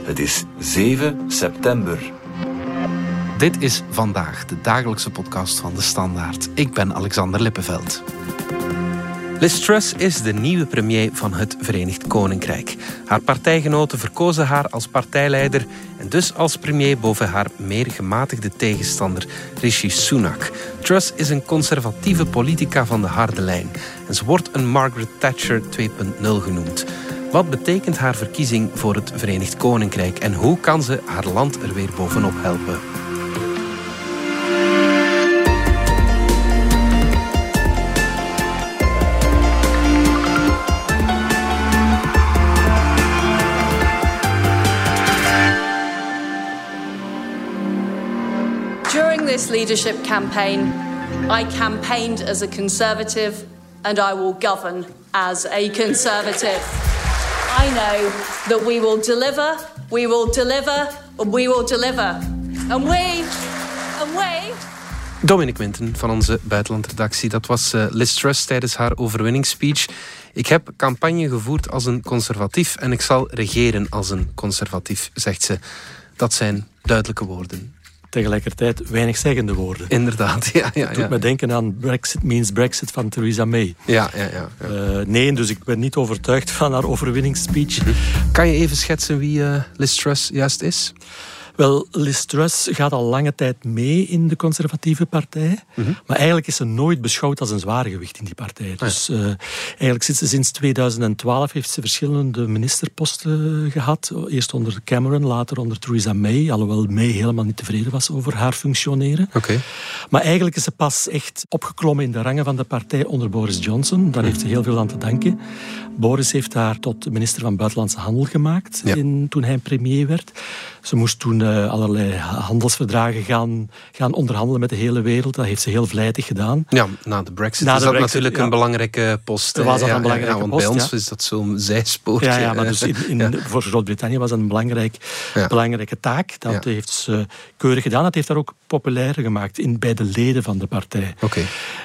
Het is 7 september. Dit is Vandaag, de dagelijkse podcast van De Standaard. Ik ben Alexander Lippenveld. Liz Truss is de nieuwe premier van het Verenigd Koninkrijk. Haar partijgenoten verkozen haar als partijleider en dus als premier boven haar meer gematigde tegenstander Rishi Sunak. Truss is een conservatieve politica van de harde lijn en ze wordt een Margaret Thatcher 2.0 genoemd. Wat betekent haar verkiezing voor het Verenigd Koninkrijk en hoe kan ze haar land er weer bovenop helpen? During this leadership campaign, I campaigned as a Conservative and I will govern as a Conservative. I know that we will deliver, we will deliver, and we will deliver. And we... Dominic Winten van onze buitenlandredactie. Dat was Liz Truss tijdens haar overwinningsspeech. Ik heb campagne gevoerd als een conservatief en ik zal regeren als een conservatief, zegt ze. Dat zijn duidelijke woorden. Tegelijkertijd weinig zeggende woorden. Inderdaad, ja. Het doet me denken aan Brexit means Brexit van Theresa May. Ja. Nee, dus ik ben niet overtuigd van haar overwinningsspeech. Kan je even schetsen wie Liz Truss juist is? Wel, Liz Truss gaat al lange tijd mee in de conservatieve partij. Maar eigenlijk is ze nooit beschouwd als een zwaargewicht in die partij. Dus eigenlijk zit ze sinds 2012, heeft ze verschillende ministerposten gehad. Eerst onder Cameron, later onder Theresa May. Alhoewel May helemaal niet tevreden was over haar functioneren. Okay. Maar eigenlijk is ze pas echt opgeklommen in de rangen van de partij onder Boris Johnson. Daar heeft ze heel veel aan te danken. Boris heeft haar tot minister van Buitenlandse Handel gemaakt toen hij premier werd. Ze moest toen allerlei handelsverdragen gaan onderhandelen met de hele wereld. Dat heeft ze heel vlijtig gedaan. Ja, na de Brexit is dat natuurlijk een belangrijke post. Was dat een belangrijke want post, bij ons is dat zo'n zijspoortje. Ja, maar dus voor Groot-Brittannië was dat een belangrijke taak. Dat heeft ze keurig gedaan. Dat heeft haar ook populairder gemaakt bij de leden van de partij. Okay.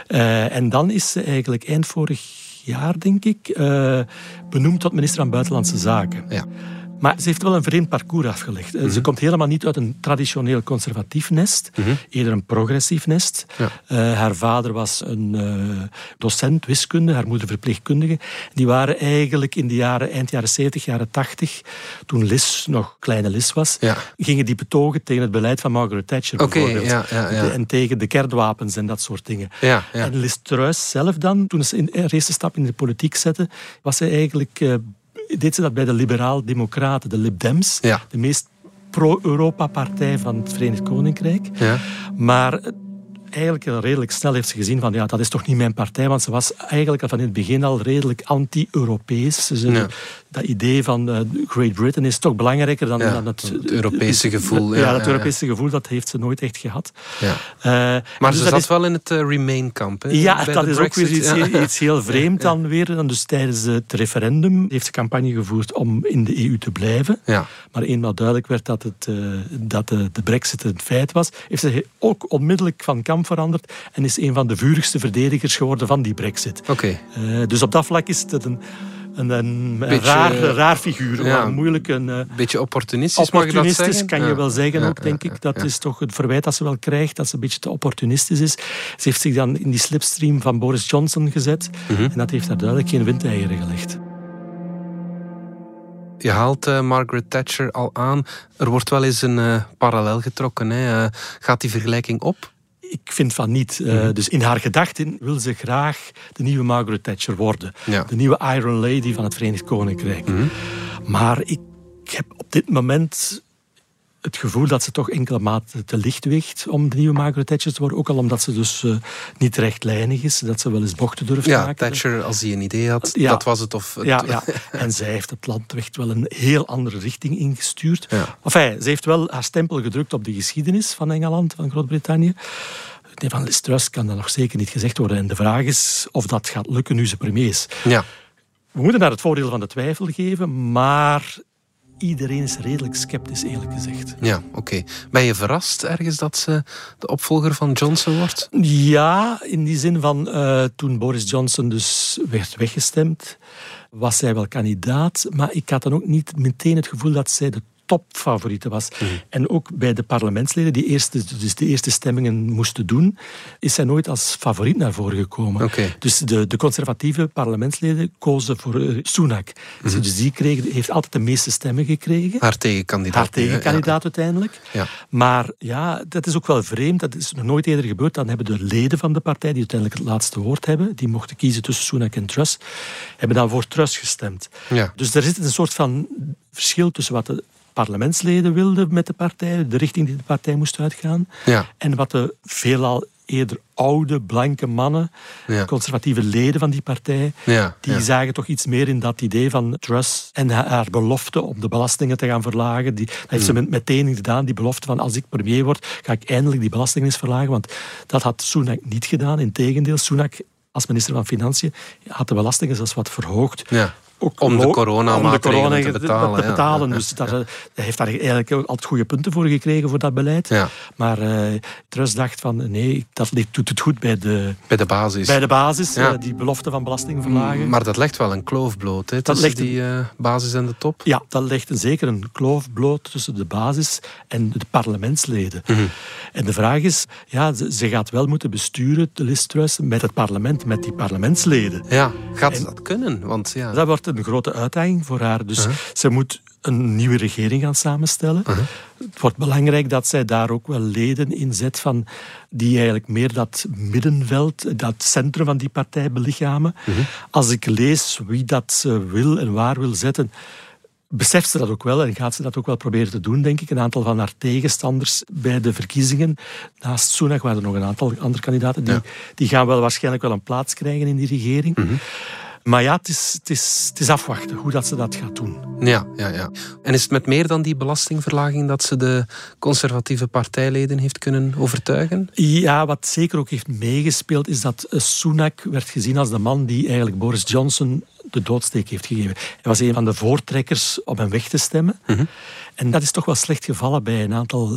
En dan is ze eigenlijk eind vorig jaar, denk ik, benoemd tot minister van Buitenlandse Zaken. Ja. Maar ze heeft wel een vreemd parcours afgelegd. Ze komt helemaal niet uit een traditioneel conservatief nest, eerder een progressief nest. Ja. Haar vader was een docent wiskunde, haar moeder verpleegkundige. Die waren eigenlijk in de eind jaren 70, jaren 80, toen Liz nog kleine Liz was, gingen die betogen tegen het beleid van Margaret Thatcher bijvoorbeeld. En tegen de kernwapens en dat soort dingen. Ja. En Liz Truss zelf dan, toen ze haar eerste stap in de politiek zette, was ze eigenlijk... deed ze dat bij de liberaal-democraten, de Lib Dems, de meest pro-Europa-partij van het Verenigd Koninkrijk. Ja. Maar eigenlijk redelijk snel heeft ze gezien van dat is toch niet mijn partij, want ze was eigenlijk van in het begin al redelijk anti-Europees. Dat idee van Great Britain is toch belangrijker dan het Europese gevoel. Het Europese gevoel, dat heeft ze nooit echt gehad. Ja. Maar dus ze zat wel in het Remain-kamp. Ja, dat is ook weer iets heel vreemd dan weer. En dus tijdens het referendum heeft ze campagne gevoerd om in de EU te blijven. Ja. Maar eenmaal duidelijk werd dat de Brexit een feit was, heeft ze ook onmiddellijk van kamp veranderd en is een van de vurigste verdedigers geworden van die Brexit. Okay. Dus op dat vlak is het een raar figuur. Ja, moeilijk beetje opportunistisch, mag je dat zeggen? Kan je wel zeggen ook, denk ik. Dat is toch het verwijt dat ze wel krijgt, dat ze een beetje te opportunistisch is. Ze heeft zich dan in die slipstream van Boris Johnson gezet en dat heeft haar duidelijk geen windeieren gelegd. Je haalt Margaret Thatcher al aan. Er wordt wel eens een parallel getrokken. Hè? Gaat die vergelijking op? Ik vind van niet. Dus in haar gedachten wil ze graag de nieuwe Margaret Thatcher worden. Ja. De nieuwe Iron Lady van het Verenigd Koninkrijk. Maar ik heb op dit moment het gevoel dat ze toch enkele maten te licht weegt om de nieuwe Margaret Thatcher te worden. Ook al omdat ze dus niet rechtlijnig is. Dat ze wel eens bochten durft maken. Ja, Thatcher, als hij een idee had, dat was het. En zij heeft het land echt wel een heel andere richting ingestuurd. Ja. Enfin, ze heeft wel haar stempel gedrukt op de geschiedenis van Engeland, van Groot-Brittannië. Nee, van Liz Truss kan dat nog zeker niet gezegd worden. En de vraag is of dat gaat lukken nu ze premier is. Ja. We moeten haar het voordeel van de twijfel geven, maar iedereen is redelijk sceptisch, eerlijk gezegd. Ja, oké. Ben je verrast ergens dat ze de opvolger van Johnson wordt? Ja, in die zin van toen Boris Johnson dus werd weggestemd, was zij wel kandidaat, maar ik had dan ook niet meteen het gevoel dat zij de topfavoriete was. En ook bij de parlementsleden die de eerste stemmingen moesten doen, is zij nooit als favoriet naar voren gekomen. Okay. Dus de conservatieve parlementsleden kozen voor Sunak. Dus die heeft altijd de meeste stemmen gekregen. Haar tegenkandidaat uiteindelijk. Ja. Maar ja, dat is ook wel vreemd. Dat is nog nooit eerder gebeurd. Dan hebben de leden van de partij, die uiteindelijk het laatste woord hebben, die mochten kiezen tussen Sunak en Truss, hebben dan voor Truss gestemd. Ja. Dus er zit een soort van verschil tussen wat de parlementsleden wilden met de partij, de richting die de partij moest uitgaan, en wat de veelal eerder oude, blanke mannen, conservatieve leden van die partij, die zagen toch iets meer in dat idee van Truss en haar belofte om de belastingen te gaan verlagen. Dat heeft ze meteen gedaan, die belofte van als ik premier word, ga ik eindelijk die belastingen eens verlagen, want dat had Sunak niet gedaan. Integendeel, Sunak als minister van Financiën had de belastingen zelfs wat verhoogd. Ja. Ook om de coronamaatregelen te betalen. Dus hij heeft daar eigenlijk altijd goede punten voor gekregen voor dat beleid. Ja. Maar Truss dacht van nee, dat doet het goed bij de basis. Bij de basis, die belofte van belasting verlagen. Maar dat legt wel een kloof bloot, hè, tussen die basis en de top. Ja, dat legt zeker een kloof bloot tussen de basis en de parlementsleden. En de vraag is, ze gaat wel moeten besturen, de Liz Truss, met het parlement, met die parlementsleden. Ja, gaat ze dat kunnen? Want dat wordt een grote uitdaging voor haar. Dus ze moet een nieuwe regering gaan samenstellen. Het wordt belangrijk dat zij daar ook wel leden in zet van die eigenlijk meer dat middenveld, dat centrum van die partij belichamen. Als ik lees wie dat ze wil en waar wil zetten, beseft ze dat ook wel en gaat ze dat ook wel proberen te doen, denk ik. Een aantal van haar tegenstanders bij de verkiezingen, naast Sunak waren er nog een aantal andere kandidaten, die gaan wel waarschijnlijk wel een plaats krijgen in die regering. Maar ja, het is afwachten hoe dat ze dat gaat doen. Ja. En is het met meer dan die belastingverlaging dat ze de conservatieve partijleden heeft kunnen overtuigen? Ja, wat zeker ook heeft meegespeeld is dat Sunak werd gezien als de man die eigenlijk Boris Johnson de doodsteek heeft gegeven. Hij was een van de voortrekkers om hem weg te stemmen. En dat is toch wel slecht gevallen bij een aantal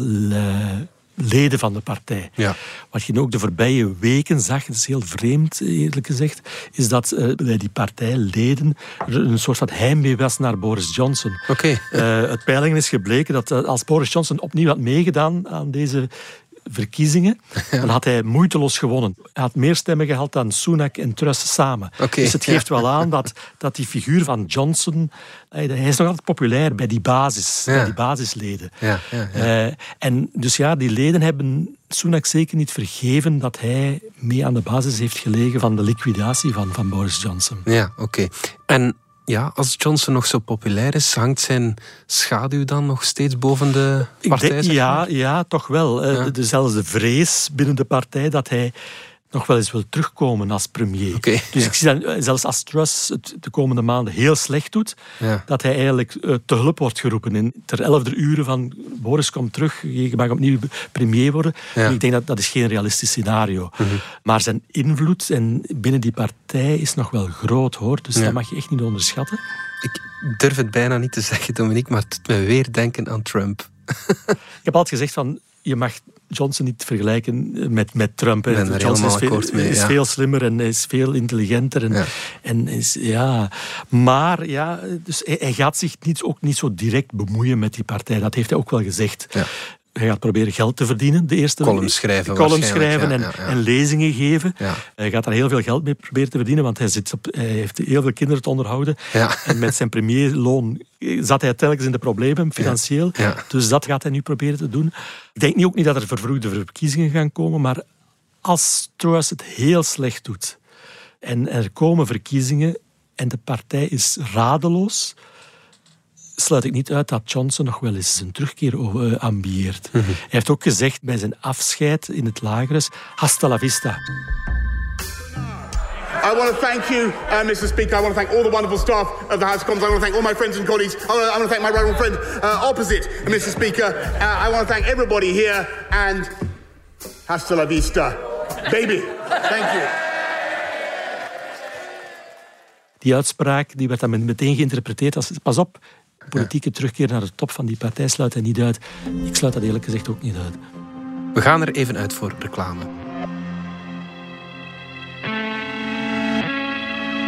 leden van de partij. Ja. Wat je ook de voorbije weken zag, dat is heel vreemd eerlijk gezegd, is dat bij die partijleden er een soort van heimwee was naar Boris Johnson. Okay. Uit peilingen is gebleken dat als Boris Johnson opnieuw had meegedaan aan deze verkiezingen, dan had hij moeiteloos gewonnen. Hij had meer stemmen gehaald dan Sunak en Truss samen. Okay. Dus het geeft wel aan dat die figuur van Johnson, hij is nog altijd populair bij die basis, bij die basisleden. En dus die leden hebben Sunak zeker niet vergeven dat hij mee aan de basis heeft gelegen van de liquidatie van Boris Johnson. Ja, oké. En ja, als Johnson nog zo populair is, hangt zijn schaduw dan nog steeds boven de partij? Ja, toch wel. Zelfs de vrees binnen de partij dat hij nog wel eens wil terugkomen als premier. Okay, dus ik zie dat zelfs als Truss het de komende maanden heel slecht doet, dat hij eigenlijk te hulp wordt geroepen. En ter 11e uur van Boris komt terug, je mag opnieuw premier worden. En ik denk dat is geen realistisch scenario. Maar zijn invloed binnen die partij is nog wel groot, hoor. Dus dat mag je echt niet onderschatten. Ik durf het bijna niet te zeggen, Dominique, maar het doet me weer denken aan Trump. Ik heb altijd gezegd van, je mag Johnson niet vergelijken met Trump. Johnson is veel slimmer en is veel intelligenter. Maar dus hij gaat zich ook niet zo direct bemoeien met die partij. Dat heeft hij ook wel gezegd. Ja. Hij gaat proberen geld te verdienen. De eerste columns schrijven en lezingen geven. Ja. Hij gaat daar heel veel geld mee proberen te verdienen, want hij heeft heel veel kinderen te onderhouden. Ja. En met zijn premierloon zat hij telkens in de problemen, financieel. Ja. Dus dat gaat hij nu proberen te doen. Ik denk ook niet dat er vervroegde verkiezingen gaan komen, maar als Truss het heel slecht doet en er komen verkiezingen en de partij is radeloos, sluit ik niet uit dat Johnson nog wel eens een terugkeer ambieert. Hij heeft ook gezegd bij zijn afscheid in het Lagerhuis, hasta la vista. I want to thank you, Mr. Speaker. I want to thank all the wonderful staff of the House of Commons. I want to thank all my friends and colleagues. I want to thank my right friend opposite, Mr. Speaker. I want to thank everybody here and hasta la vista, baby. Thank you. Die uitspraak die werd dan meteen geïnterpreteerd als, pas op, politieke terugkeer naar de top van die partij sluit hij niet uit. Ik sluit dat eerlijk gezegd ook niet uit. We gaan er even uit voor reclame.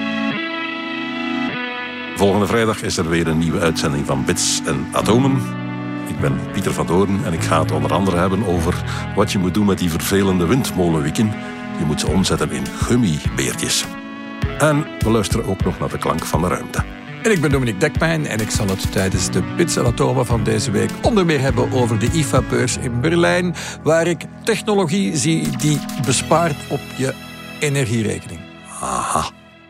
Volgende vrijdag is er weer een nieuwe uitzending van Bits en Atomen. Ik ben Pieter van Doorn en ik ga het onder andere hebben over wat je moet doen met die vervelende windmolenwieken. Je moet ze omzetten in gummibeertjes. En we luisteren ook nog naar de klank van de ruimte. En ik ben Dominique Dekmijn en ik zal het tijdens de Bits en Atomen van deze week onder meer hebben over de IFA-beurs in Berlijn, waar ik technologie zie die bespaart op je energierekening. Aha.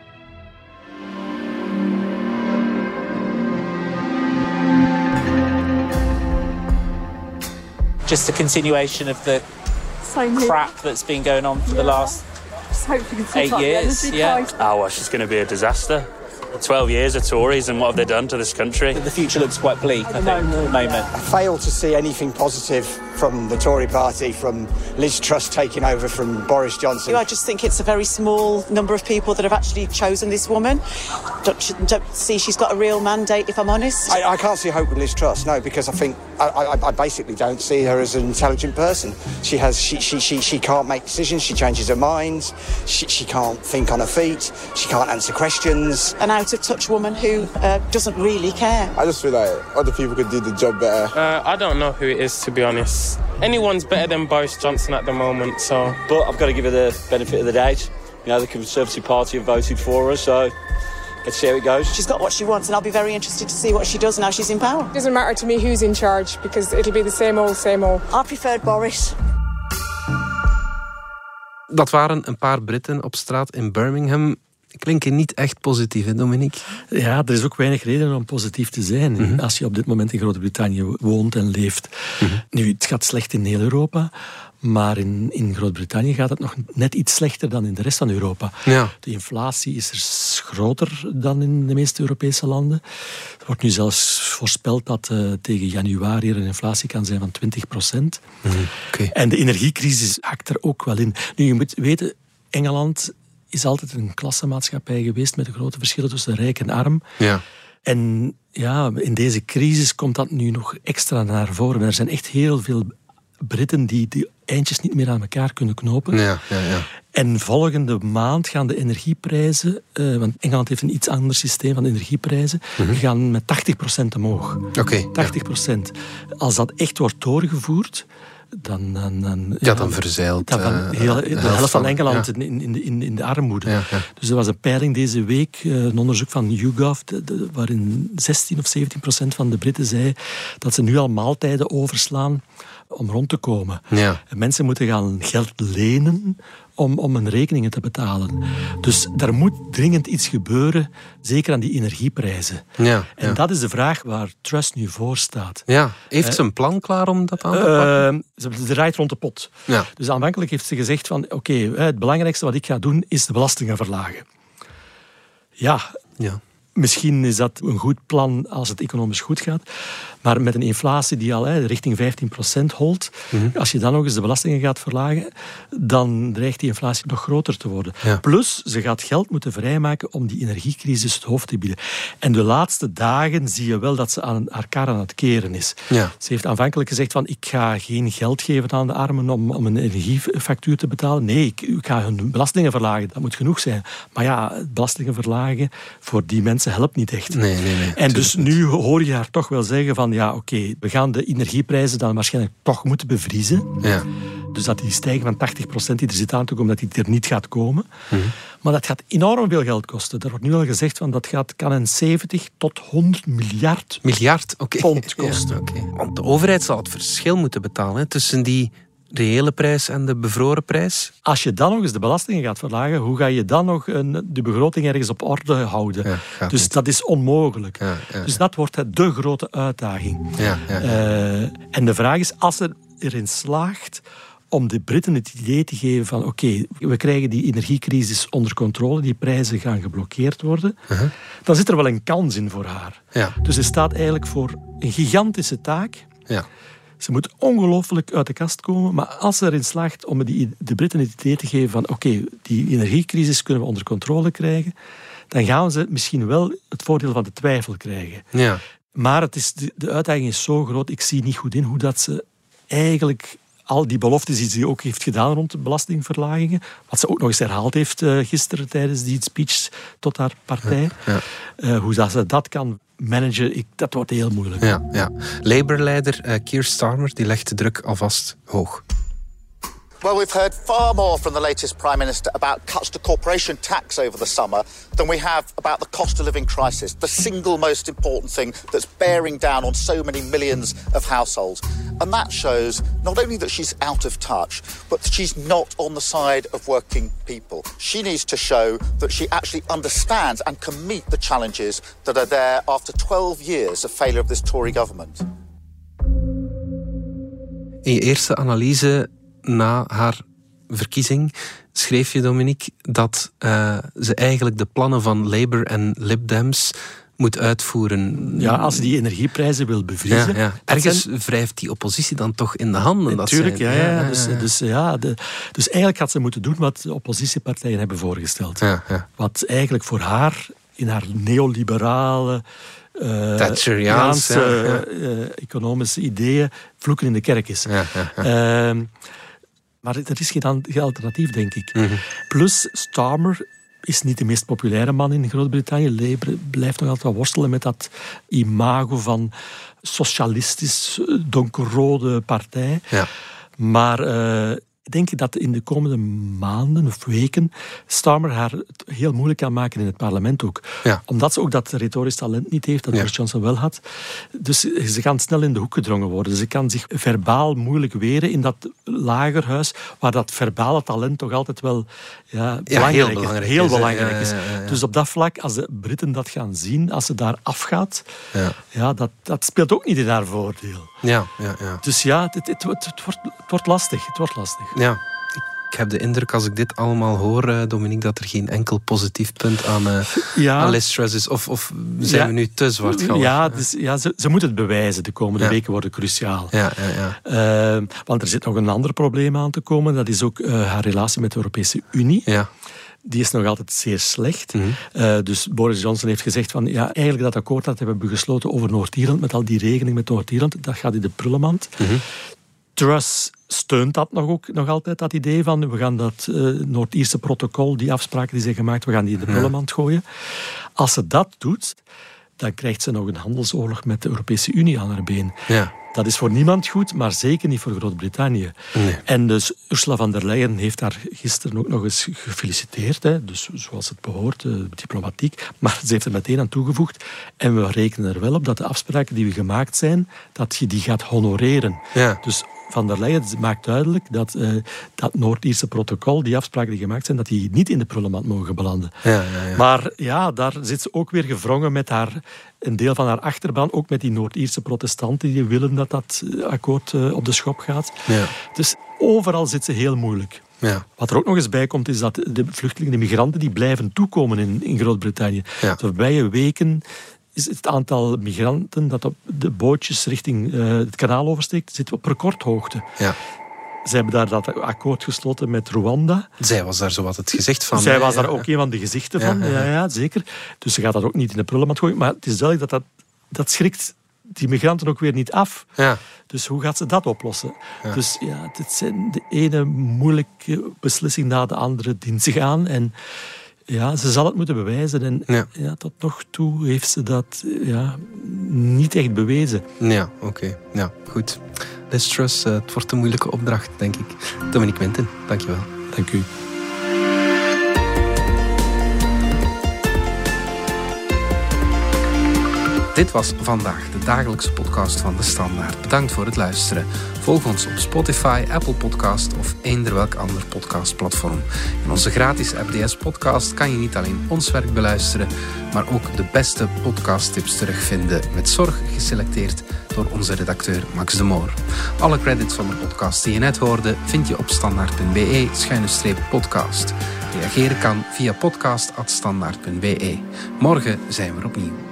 Just a continuation of the crap that's been going on for the last 8 years. Yeah. Oh, well, she's going to be a disaster. 12 years of Tories and what have they done to this country? The future looks quite bleak, I think, at the moment. I fail to see anything positive from the Tory party, from Liz Truss taking over from Boris Johnson. I just think it's a very small number of people that have actually chosen this woman. Don't see she's got a real mandate, if I'm honest. I can't see hope with Liz Truss, no, because I think I basically don't see her as an intelligent person. She can't make decisions, she changes her mind, she can't think on her feet, she can't answer questions. An out-of-touch woman who doesn't really care. I just feel like other people could do the job better. I don't know who it is, to be honest. Anyone's better than Boris Johnson at the moment, so... But I've got to give her the benefit of the doubt. You know, the Conservative Party have voted for her, so let's see how it goes. She's got what she wants, and I'll be very interested to see what she does now she's in power. It doesn't matter to me who's in charge, because it'll be the same old, same old. I preferred Boris. Dat waren een paar Britten op straat in Birmingham. Klinken niet echt positief, hè, Dominique? Ja, er is ook weinig reden om positief te zijn als je op dit moment in Groot-Brittannië woont en leeft. Nu, het gaat slecht in heel Europa, maar in Groot-Brittannië gaat het nog net iets slechter dan in de rest van Europa. Ja. De inflatie is er groter dan in de meeste Europese landen. Er wordt nu zelfs voorspeld dat tegen januari er een inflatie kan zijn van 20%. Okay. En de energiecrisis hakt er ook wel in. Nu, je moet weten, Engeland is altijd een klassenmaatschappij geweest met de grote verschillen tussen rijk en arm. Ja. En ja, in deze crisis komt dat nu nog extra naar voren. Er zijn echt heel veel Britten die eindjes niet meer aan elkaar kunnen knopen. Ja. En volgende maand gaan de energieprijzen, want Engeland heeft een iets ander systeem van energieprijzen, gaan met 80% omhoog. Oké. 80%. Als dat echt wordt doorgevoerd, dan verzeilt de helft van Engeland in de armoede. Ja. Dus er was een peiling deze week, een onderzoek van YouGov, waarin 16 of 17% van de Britten zei dat ze nu al maaltijden overslaan om rond te komen. Ja. Mensen moeten gaan geld lenen om hun rekeningen te betalen. Dus daar moet dringend iets gebeuren, zeker aan die energieprijzen. Ja. En dat is de vraag waar Truss nu voor staat. Ja. Heeft ze een plan klaar om dat aan te pakken? Ze draait rond de pot. Ja. Dus aanvankelijk heeft ze gezegd van oké, het belangrijkste wat ik ga doen is de belastingen verlagen. Ja. Misschien is dat een goed plan als het economisch goed gaat. Maar met een inflatie die al richting 15% holt, als je dan nog eens de belastingen gaat verlagen, dan dreigt die inflatie nog groter te worden. Ja. Plus, ze gaat geld moeten vrijmaken om die energiecrisis het hoofd te bieden. En de laatste dagen zie je wel dat ze aan haar kar aan het keren is. Ja. Ze heeft aanvankelijk gezegd van ik ga geen geld geven aan de armen om een energiefactuur te betalen. Nee, ik ga hun belastingen verlagen. Dat moet genoeg zijn. Maar ja, belastingen verlagen voor die mensen helpt niet echt. Nee. En dus nu hoor je haar toch wel zeggen van ja, oké, we gaan de energieprijzen dan waarschijnlijk toch moeten bevriezen. Ja. Dus dat die stijging van 80% die er zit aan te komen, dat die er niet gaat komen. Maar dat gaat enorm veel geld kosten. Er wordt nu al gezegd van dat kan een 70 tot 100 miljard pond kosten. Ja, okay. Want de overheid zal het verschil moeten betalen tussen die reële prijs en de bevroren prijs. Als je dan nog eens de belastingen gaat verlagen, hoe ga je dan nog de begroting ergens op orde houden? Dus dat is onmogelijk. Ja. Dus dat wordt de grote uitdaging. Ja. En de vraag is, als ze erin slaagt om de Britten het idee te geven van oké, we krijgen die energiecrisis onder controle, die prijzen gaan geblokkeerd worden, dan zit er wel een kans in voor haar. Ja. Dus ze staat eigenlijk voor een gigantische taak. Ja. Ze moet ongelooflijk uit de kast komen, maar als ze erin slaagt om de Britten het idee te geven van oké, die energiecrisis kunnen we onder controle krijgen, dan gaan ze misschien wel het voordeel van de twijfel krijgen. Ja. Maar de uitdaging is zo groot, ik zie niet goed in hoe dat ze eigenlijk al die beloftes die ze ook heeft gedaan rond de belastingverlagingen, wat ze ook nog eens herhaald heeft gisteren tijdens die speech tot haar partij, hoe dat ze dat kan managen, dat wordt heel moeilijk. Ja. Labour-leider Keir Starmer die legt de druk alvast hoog. Well, we've heard far more from the latest Prime Minister about cuts to corporation tax over the summer than we have about the cost of living crisis, the single most important thing that's bearing down on so many millions of households. And that shows not only that she's out of touch, but that she's not on the side of working people. She needs to show that she actually understands and can meet the challenges that are there after 12 years of failure of this Tory government. In je eerste analyse na haar verkiezing schreef je, Dominique, dat ze eigenlijk de plannen van Labour en Lib Dems moet uitvoeren. Ja, als ze die energieprijzen wil bevriezen. Ja. Ergens wrijft die oppositie dan toch in de handen. Natuurlijk, Dus eigenlijk had ze moeten doen wat de oppositiepartijen hebben voorgesteld. Ja. Wat eigenlijk voor haar, in haar neoliberale Thatcheriaanse economische ideeën, vloeken in de kerk is. Maar er is geen alternatief, denk ik. Mm-hmm. Plus, Starmer is niet de meest populaire man in Groot-Brittannië. Labour blijft nog altijd worstelen met dat imago van socialistisch, donkerrode partij. Ja. Maar ik denk dat in de komende maanden of weken Starmer haar het heel moeilijk kan maken in het parlement ook. Ja. Omdat ze ook dat retorisch talent niet heeft dat Boris Johnson wel had. Dus ze kan snel in de hoek gedrongen worden. Ze kan zich verbaal moeilijk weren in dat lagerhuis waar dat verbale talent toch altijd wel heel belangrijk is. Dus op dat vlak, als de Britten dat gaan zien, als ze daar afgaat, dat speelt ook niet in haar voordeel. Ja. Dus het wordt lastig. Ja, ik heb de indruk als ik dit allemaal hoor, Dominique, dat er geen enkel positief punt aan Liz Truss is. Of zijn we nu te zwartgallig? Ze moet het bewijzen. De komende weken worden cruciaal. Want er zit nog een ander probleem aan te komen. Dat is ook haar relatie met de Europese Unie. Ja. Die is nog altijd zeer slecht. Mm-hmm. Dus Boris Johnson heeft gezegd van eigenlijk dat akkoord dat hebben we gesloten over Noord-Ierland, met al die regeling met Noord-Ierland, dat gaat in de prullenmand. Mm-hmm. Truss steunt dat nog altijd, dat idee van we gaan dat Noord-Ierse protocol, die afspraken die zijn gemaakt, we gaan die in de prullenmand gooien. Als ze dat doet, dan krijgt ze nog een handelsoorlog met de Europese Unie aan haar been. Ja. Dat is voor niemand goed, maar zeker niet voor Groot-Brittannië. Nee. En dus Ursula von der Leyen heeft haar gisteren ook nog eens gefeliciteerd. Hè. Dus zoals het behoort, diplomatiek. Maar ze heeft er meteen aan toegevoegd. En we rekenen er wel op dat de afspraken die we gemaakt zijn, dat je die gaat honoreren. Ja. Dus Van der Leyen maakt duidelijk dat dat Noord-Ierse protocol, die afspraken die gemaakt zijn, dat die niet in de prullenmand mogen belanden. Ja. Maar daar zit ze ook weer gevrongen met een deel van haar achterban, ook met die Noord-Ierse protestanten die willen dat akkoord op de schop gaat. Ja. Dus overal zit ze heel moeilijk. Ja. Wat er ook nog eens bij komt, is dat de vluchtelingen, de migranten, die blijven toekomen in Groot-Brittannië. Ja. De voorbije weken is het aantal migranten dat op de bootjes richting het kanaal oversteekt, zit op recordhoogte. Ja. Ze hebben daar dat akkoord gesloten met Rwanda. Zij was daar zowat het gezicht van. Zij was daar ook een van de gezichten van. Ja, zeker. Dus ze gaat dat ook niet in de prullenmand gooien. Maar het is duidelijk dat schrikt die migranten ook weer niet af. Ja. Dus hoe gaat ze dat oplossen? Ja. Dus dit zijn de ene moeilijke beslissing na de andere dient zich aan. En ze zal het moeten bewijzen. En tot nog toe heeft ze dat niet echt bewezen. Ja, oké. Ja, goed. Liz Truss, het wordt een moeilijke opdracht, denk ik. Dominique Winten, dankjewel. Dank u. Dit was Vandaag, de dagelijkse podcast van De Standaard. Bedankt voor het luisteren. Volg ons op Spotify, Apple Podcast of eender welk ander podcastplatform. In onze gratis FDS-podcast kan je niet alleen ons werk beluisteren, maar ook de beste podcasttips terugvinden, met zorg geselecteerd door onze redacteur Max de Moor. Alle credits van de podcast die je net hoorde vind je op standaard.be/podcast. Reageren kan via podcast@standaard.be. Morgen zijn we er opnieuw.